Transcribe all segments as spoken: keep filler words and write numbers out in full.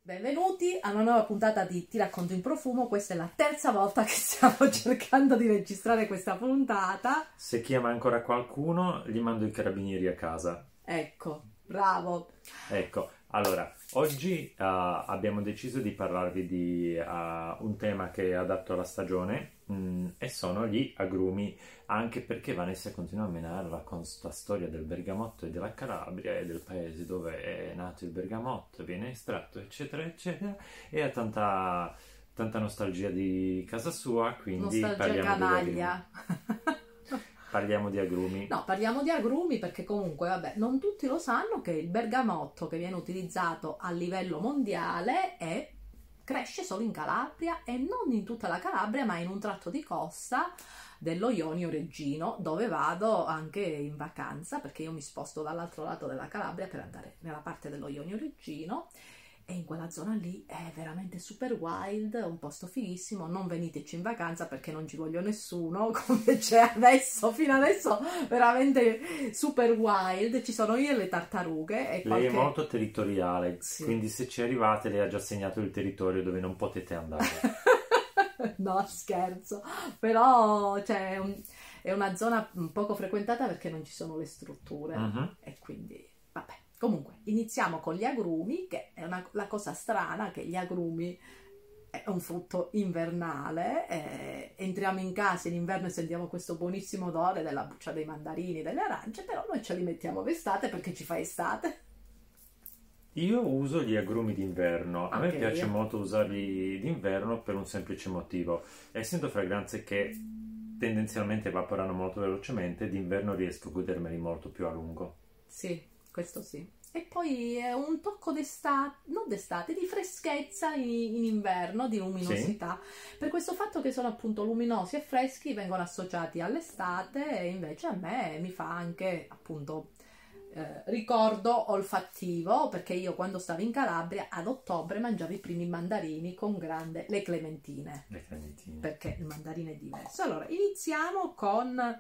Benvenuti a una nuova puntata di Ti racconto in profumo. Questa è la terza volta che stiamo cercando di registrare questa puntata. Se chiama ancora qualcuno, gli mando i carabinieri a casa. Ecco, bravo. Ecco, allora, oggi uh, abbiamo deciso di parlarvi di uh, un tema che è adatto alla stagione mh, e sono gli agrumi, anche perché Vanessa continua a menarla con questa storia del bergamotto e della Calabria e del paese dove è nato il bergamotto, viene estratto, eccetera, eccetera, e ha tanta, tanta nostalgia di casa sua, quindi Nostalgia parliamo canaglia. di agrumi. Parliamo di agrumi. No, parliamo di agrumi perché comunque, vabbè, non tutti lo sanno che il bergamotto che viene utilizzato a livello mondiale è, cresce solo in Calabria e non in tutta la Calabria, ma in un tratto di costa dello Ionio Reggino, dove vado anche in vacanza, perché io mi sposto dall'altro lato della Calabria per andare nella parte dello Ionio Reggino. E in quella zona lì è veramente super wild, un posto fighissimo. Non veniteci in vacanza perché non ci voglio nessuno, come c'è adesso, fino adesso veramente super wild. Ci sono io e le tartarughe e qualche... Lei è molto territoriale, sì. Quindi se ci arrivate lei ha già segnato il territorio dove non potete andare. No, scherzo, però cioè, è, un, è una zona poco frequentata perché non ci sono le strutture, uh-huh. E quindi vabbè. Comunque, iniziamo con gli agrumi, che è una, la cosa strana, che gli agrumi è un frutto invernale. Eh, entriamo in casa in inverno e sentiamo questo buonissimo odore della buccia dei mandarini, delle arance, però noi ce li mettiamo d'estate perché ci fa estate. Io uso gli agrumi d'inverno, a me Anche piace io. molto usarli d'inverno per un semplice motivo. Essendo fragranze che tendenzialmente evaporano molto velocemente, d'inverno riesco a godermeli molto più a lungo. Sì. Questo sì. E poi è un tocco d'estate, non d'estate, di freschezza in, in inverno, di luminosità. Sì. Per questo fatto che sono appunto luminosi e freschi, vengono associati all'estate e invece a me mi fa anche appunto eh, ricordo olfattivo, perché io quando stavo in Calabria ad ottobre mangiavo i primi mandarini con grande le clementine. Le clementine. Perché il mandarino è diverso. Allora, iniziamo con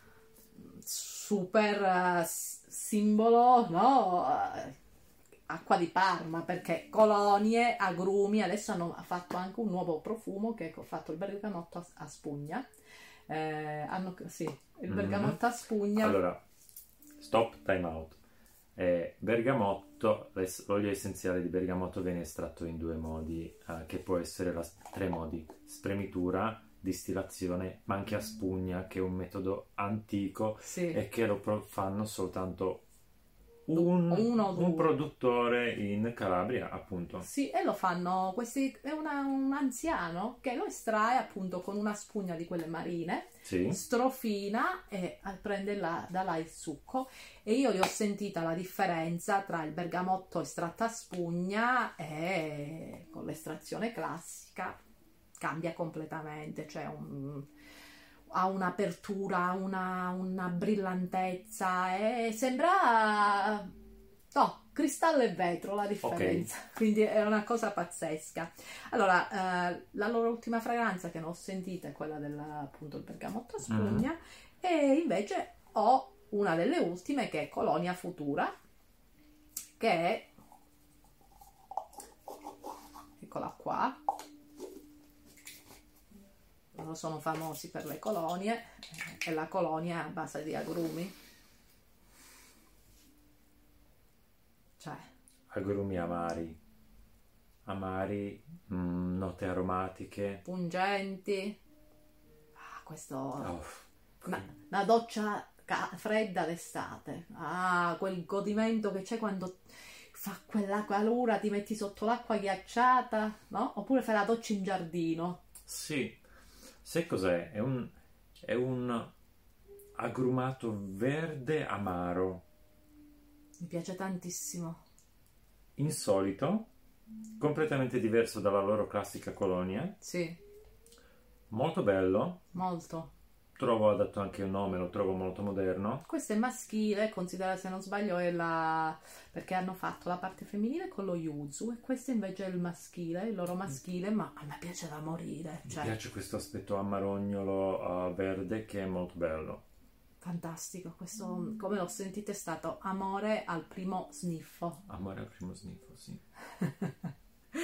super uh, simbolo, no? Uh, acqua di Parma, perché colonie, agrumi, adesso hanno fatto anche un nuovo profumo che ho fatto il bergamotto a, a spugna. Eh, hanno, sì, il bergamotto mm-hmm. a spugna. Allora, stop, time out. Eh, bergamotto, l'olio essenziale di bergamotto viene estratto in due modi, eh, che può essere la, tre modi: spremitura, distillazione, ma anche a spugna, che è un metodo antico, sì. E che lo pro- fanno soltanto un, Uno, un produttore in Calabria, appunto. Sì, e lo fanno questi, è una, un anziano che lo estrae appunto con una spugna di quelle marine, sì. Strofina e prende là, da là il succo. E io gli ho sentita la differenza tra il bergamotto estratto a spugna e con l'estrazione classica. Cambia completamente, cioè un, ha un'apertura, una, una brillantezza e sembra no, cristallo e vetro la differenza, okay. Quindi è una cosa pazzesca. Allora, eh, la loro ultima fragranza che non ho sentita è quella del appunto il bergamotto a spugna, mm. E invece ho una delle ultime che è Colonia Futura, che è, eccola qua. Loro sono famosi per le colonie e la colonia è a base di agrumi. Cioè. Agrumi amari, amari, mh, note aromatiche. Pungenti. Ah, questo... Oh. Una, una doccia ca- fredda d'estate. Ah, quel godimento che c'è quando fa quella calura, ti metti sotto l'acqua ghiacciata, no? Oppure fai la doccia in giardino. Sì. Sai cos'è? È un, è un agrumato verde amaro. Mi piace tantissimo. Insolito, completamente diverso dalla loro classica colonia. Sì. Molto bello. Molto. Trovo adatto anche il nome, lo trovo molto moderno. Questo è maschile, considera, se non sbaglio è la... perché hanno fatto la parte femminile con lo yuzu e questo invece è il maschile, il loro maschile, ma a me piace da morire. Cioè... Mi piace questo aspetto amarognolo uh, verde che è molto bello. Fantastico, questo come l'ho sentito è stato amore al primo sniffo. Amore al primo sniffo, sì.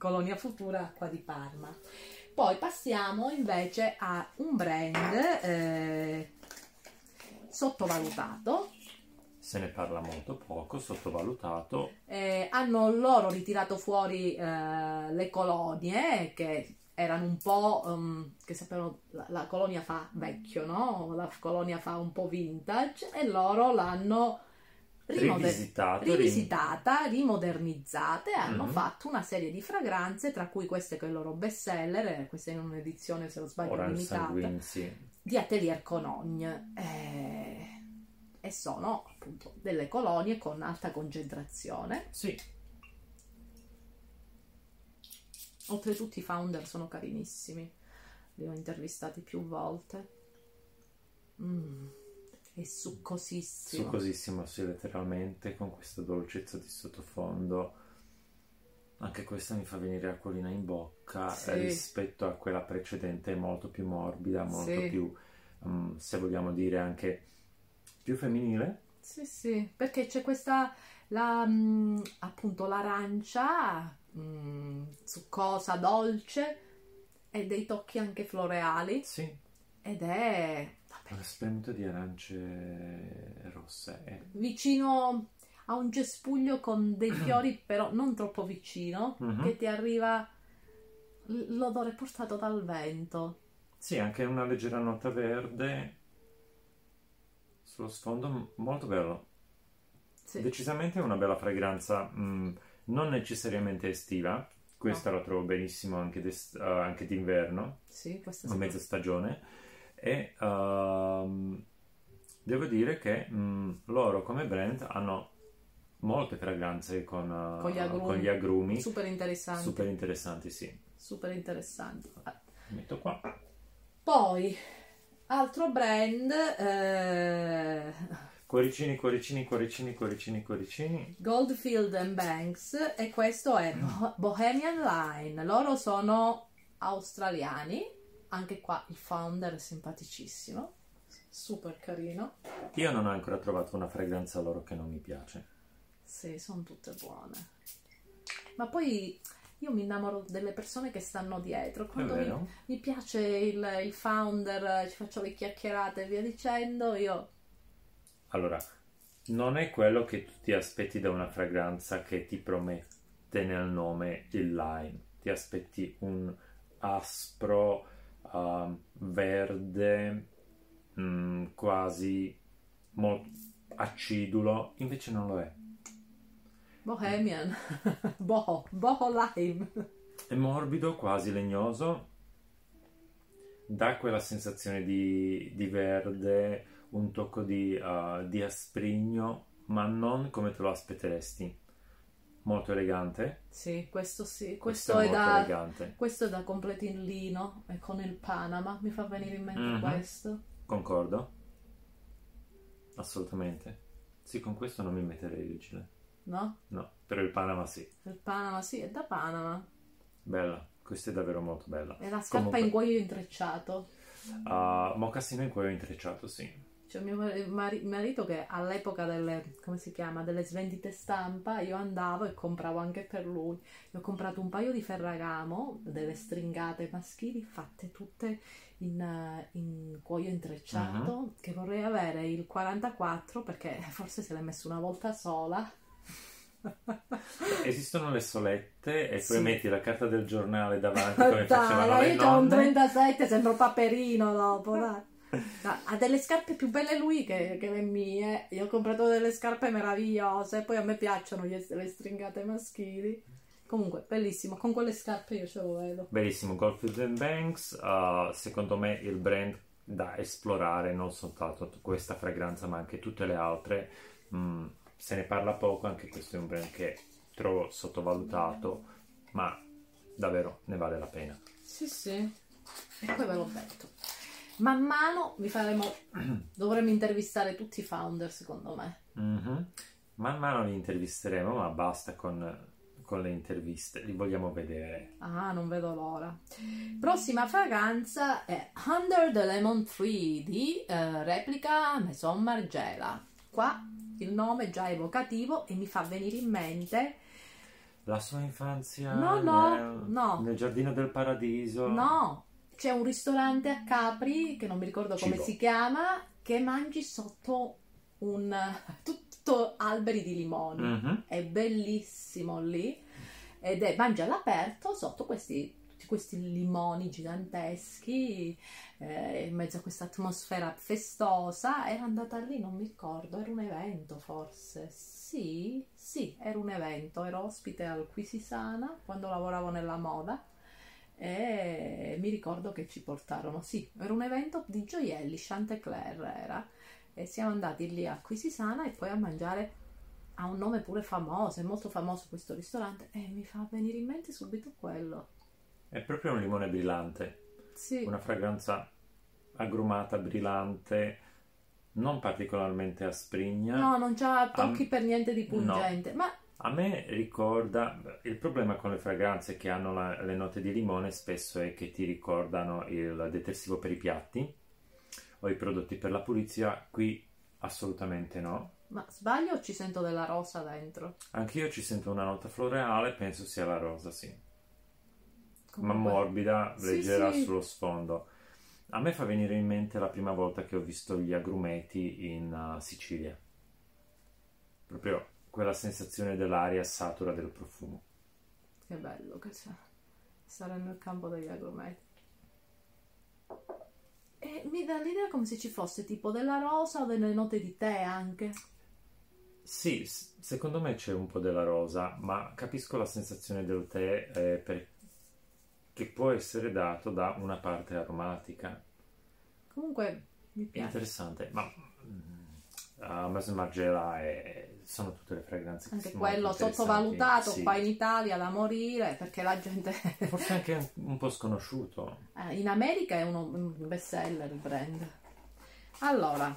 Colonia Futura Acqua di Parma. Poi passiamo invece a un brand eh, sottovalutato. Se ne parla molto poco, sottovalutato. Eh, hanno loro ritirato fuori eh, le colonie che erano un po' um, che sapevano la, la colonia fa vecchio, no? La colonia fa un po' vintage, e loro l'hanno rimoder- Rivisitato, rivisitata, rimodernizzata, e hanno Mhm. fatto una serie di fragranze, tra cui queste che è il loro best seller, questa è in un'edizione, se non sbaglio, Orange limitata, Sanguine, sì. di Atelier Cologne. Eh, e sono appunto delle colonie con alta concentrazione. Sì, Oltretutto i founder sono carinissimi, li ho intervistati più volte. Mm, è succosissimo. succosissimo, sì, letteralmente, con questa dolcezza di sottofondo. Anche questa mi fa venire acquolina in bocca, Sì. rispetto a quella precedente, è molto più morbida, molto Sì. più, mm, se vogliamo dire, anche più femminile. Sì, sì, perché c'è questa, la, mm, appunto l'arancia mm, succosa, dolce, e dei tocchi anche floreali, Sì, ed è vabbè, una spremuta di arance rosse. è- vicino a un cespuglio con dei fiori, però non troppo vicino, Mhm. che ti arriva l- l'odore portato dal vento. Sì, anche una leggera nota verde sullo sfondo, m- molto bello. Sì. Decisamente una bella fragranza, mm, non necessariamente estiva. Questa la trovo benissimo anche, d'est- eh, anche d'inverno, Sì, questa a sì. mezza stagione. E ehm, devo dire che mm, loro come brand hanno molte fragranze con, eh, Con gli agrumi. con gli agrumi, Super interessanti. super interessanti, sì. Super interessanti. Ah. Metto qua. Poi, altro brand, eh, Cuoricini, cuoricini, cuoricini, cuoricini, cuoricini. Goldfield and Banks, e questo è Bo- Bohemian Line. Loro sono australiani, anche qua il founder è simpaticissimo, super carino. Io non ho ancora trovato una fragranza loro che non mi piace. Sì, sono tutte buone. Ma poi io mi innamoro delle persone che stanno dietro. È Quando mi, vero? mi piace il, il founder, ci faccio le chiacchierate e via dicendo, io... Allora, non è quello che tu ti aspetti da una fragranza che ti promette nel nome il lime. Ti aspetti un aspro, um, verde, mm, quasi molto acidulo, invece non lo è. Bohemian, boho, boho lime. È morbido, quasi legnoso, dà quella sensazione di, di verde, un tocco di, uh, di asprigno, ma non come te lo aspetteresti. Molto elegante. Sì, questo sì, Questo questo, è è, molto da, elegante. questo è da completo in lino, e con il Panama, mi fa venire in mente Mhm. questo. Concordo. Assolutamente. Sì, con questo non mi metterei vigile. No? No, però il Panama sì. Il Panama, sì, è da Panama. Bella. Questa è davvero molto bella. E la scarpa Comunque, in cuoio intrecciato. uh, mocassino in cuoio intrecciato, sì. Cioè mio mari- mari- marito, che all'epoca delle, come si chiama, delle svendite stampa, io andavo e compravo anche per lui. Io ho comprato un paio di Ferragamo, delle stringate maschili, fatte tutte in, eh, in cuoio intrecciato, che vorrei avere il quarantaquattro, perché forse se l'è messo una volta sola. Esistono le solette e Sì. poi metti la carta del giornale davanti come facevano Dai, le io ho un nonne. trentasette, sembro Paperino dopo, dai. No, ha delle scarpe più belle lui che, che le mie. Io ho comprato delle scarpe meravigliose, poi a me piacciono gli- le stringate maschili. Comunque, bellissimo, con quelle scarpe io ce lo vedo. Bellissimo, Goldfield and Banks, uh, secondo me il brand da esplorare, non soltanto questa fragranza ma anche tutte le altre. Mm, se ne parla poco, anche questo è un brand che trovo sottovalutato, ma davvero ne vale la pena. Sì, sì. E poi ve l'ho detto. Man mano vi faremo, dovremmo intervistare tutti i founder, secondo me. Mhm. Man mano li intervisteremo, ma basta con, con le interviste, li vogliamo vedere. Ah, non vedo l'ora. Prossima fragranza è Under the Lemon Tree di eh, replica Maison Margiela. Qua il nome è già evocativo e mi fa venire in mente La sua infanzia No, no, nel, no. nel giardino del paradiso. No, c'è un ristorante a Capri, che non mi ricordo come Cibo. si chiama, che mangi sotto un tutto alberi di limoni. Mhm. È bellissimo lì ed è mangi all'aperto sotto questi, tutti questi limoni giganteschi, eh, in mezzo a questa atmosfera festosa. Ero andata lì, non mi ricordo, era un evento forse. Sì, sì, era un evento, ero ospite al Quisisana quando lavoravo nella moda. E mi ricordo che ci portarono, sì, era un evento di gioielli, Chantecler era, e siamo andati lì a Quisisana e poi a mangiare. Ha un nome pure famoso, è molto famoso questo ristorante e mi fa venire in mente subito quello. È proprio un limone brillante, Sì, una fragranza agrumata, brillante, non particolarmente asprigna. no, non c'ha tocchi Am- per niente di no. pungente, ma A me ricorda, il problema con le fragranze che hanno la- le note di limone spesso è che ti ricordano il detersivo per i piatti o i prodotti per la pulizia. Qui assolutamente no. ma sbaglio o ci sento della rosa dentro? Anch'io ci sento una nota floreale, penso sia la rosa, sì, ma Comunque- morbida, Sì, leggera sì. sullo sfondo. A me fa venire in mente la prima volta che ho visto gli agrumeti in uh, Sicilia. Proprio quella sensazione dell'aria satura del profumo. Che bello che c'è. Stare nel campo degli agrumeti. E mi dà l'idea come se ci fosse tipo della rosa o delle note di tè anche. Sì, s- secondo me c'è un po' della rosa, ma capisco la sensazione del tè eh, per- che può essere dato da una parte aromatica. Comunque mi piace. Interessante, ma mm, uh, Maison Margiela è- sono tutte le fragranze che Anche sono quello molto interessanti. sottovalutato Sì. qua in Italia da morire perché la gente Forse anche un, un po' sconosciuto. Eh, in America è uno, un best seller il brand. Allora,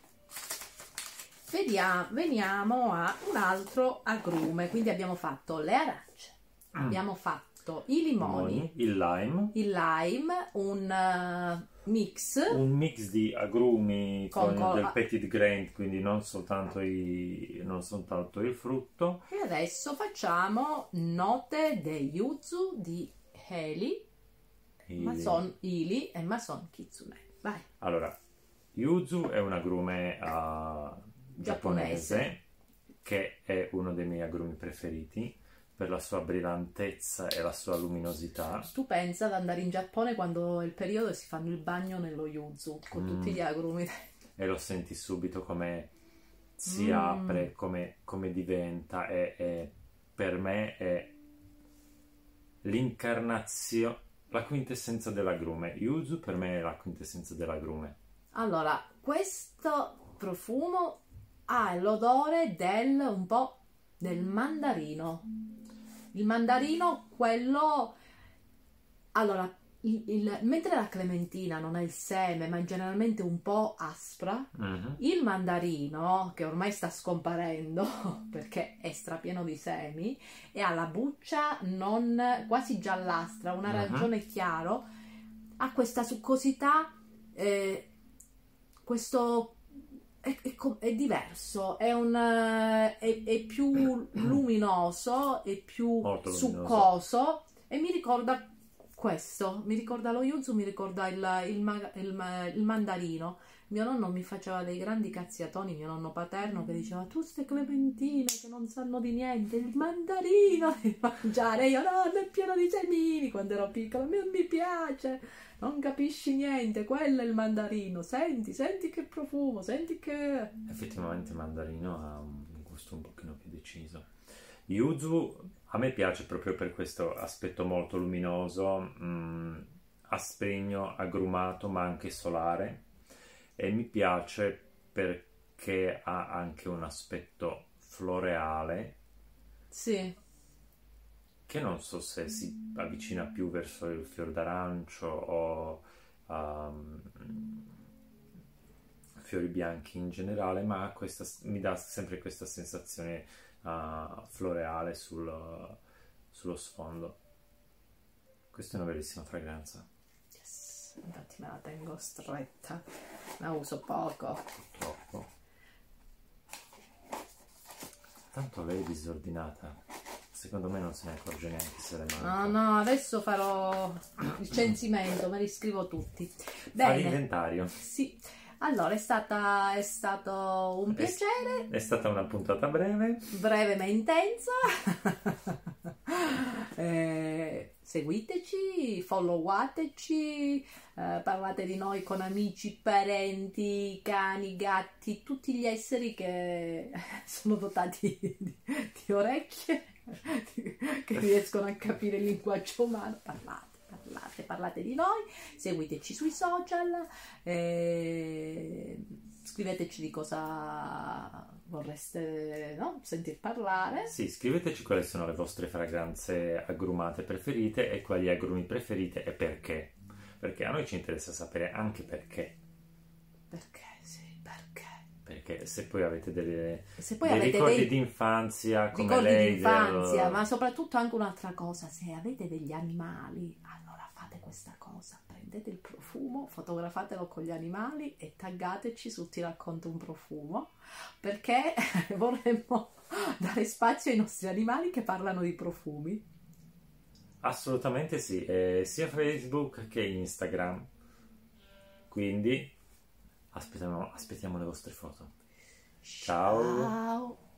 vediamo, veniamo a un altro agrume. Quindi abbiamo fatto le arance, abbiamo fatto i limoni, Limoni, il lime, il lime, un eh, mix. un mix di agrumi Con con, co- del petit grain, quindi non soltanto, i, non soltanto il frutto. E adesso facciamo note de yuzu di Heli, Il- Mason Ili e Mason Kitsune. Vai. Allora, yuzu è un agrume uh, giapponese che è uno dei miei agrumi preferiti per la sua brillantezza e la sua luminosità. Tu pensa ad andare in Giappone quando è il periodo e si fanno il bagno nello yuzu con Mm. tutti gli agrumi. E lo senti subito come si Mm. apre, come, come diventa, e, e per me è l'incarnazione, la quintessenza dell'agrume. Yuzu per me è la quintessenza dell'agrume. Allora, questo profumo ha l'odore del un po' del mandarino. Il mandarino, quello. Allora, il- il- mentre la clementina non ha il seme, ma è generalmente un po' aspra, Mhm. il mandarino, che ormai sta scomparendo perché è strapieno di semi, e ha la buccia non quasi giallastra, un arancione chiaro, ha questa succosità, eh, questo è, è co- è diverso, è, un, eh, è, è più luminoso, è più Molto luminoso. succoso e mi ricorda questo, mi ricorda lo yuzu, mi ricorda il, il, ma- il ma- il mandarino. Mio nonno mi faceva dei grandi cazziatoni, mio nonno paterno, che diceva tu ste clementine che non sanno di niente, il mandarino devi mangiare. Io no, è pieno di semini quando ero piccola, non mi piace, non capisci niente, quello è il mandarino, senti, senti che profumo, senti che... Effettivamente il mandarino ha un gusto un pochino più deciso. Yuzu a me piace proprio per questo aspetto molto luminoso, mh, asprigno, agrumato, ma anche solare, e mi piace perché ha anche un aspetto floreale Sì, che non so se si avvicina più verso il fior d'arancio o um, fiori bianchi in generale, ma ha questa, mi dà sempre questa sensazione uh, floreale sul, sullo sfondo. Questa è una bellissima fragranza. yes. Infatti me la tengo stretta, la uso poco. Troppo. Tanto lei è disordinata. secondo me non se ne accorge neanche se le manca. No, no, adesso farò il censimento, me li scrivo tutti. Fai Bene. l'inventario. Sì. Allora, è stata, è stato un piacere. È, è stata una puntata breve. Breve ma intensa. eh, seguiteci, followateci, eh, parlate di noi con amici, parenti, cani, gatti, tutti gli esseri che sono dotati di, di orecchie, che riescono a capire il linguaggio umano. Parlate. Parlate, parlate di noi, seguiteci sui social, eh, scriveteci di cosa vorreste, no? Sentir parlare. Sì, scriveteci quali sono le vostre fragranze agrumate preferite e quali agrumi preferite e perché. Perché a noi ci interessa sapere anche perché. Perché, sì, perché. Perché se poi avete delle, se poi dei avete ricordi dei, di infanzia come ricordi lei, di infanzia, del... ma soprattutto anche un'altra cosa, se avete degli animali, allora fate questa cosa, prendete il profumo, fotografatelo con gli animali e taggateci su Ti racconto un profumo, perché vorremmo dare spazio ai nostri animali che parlano di profumi. Assolutamente sì, eh, sia Facebook che Instagram. Quindi aspettiamo, aspettiamo le vostre foto. Ciao. Ciao.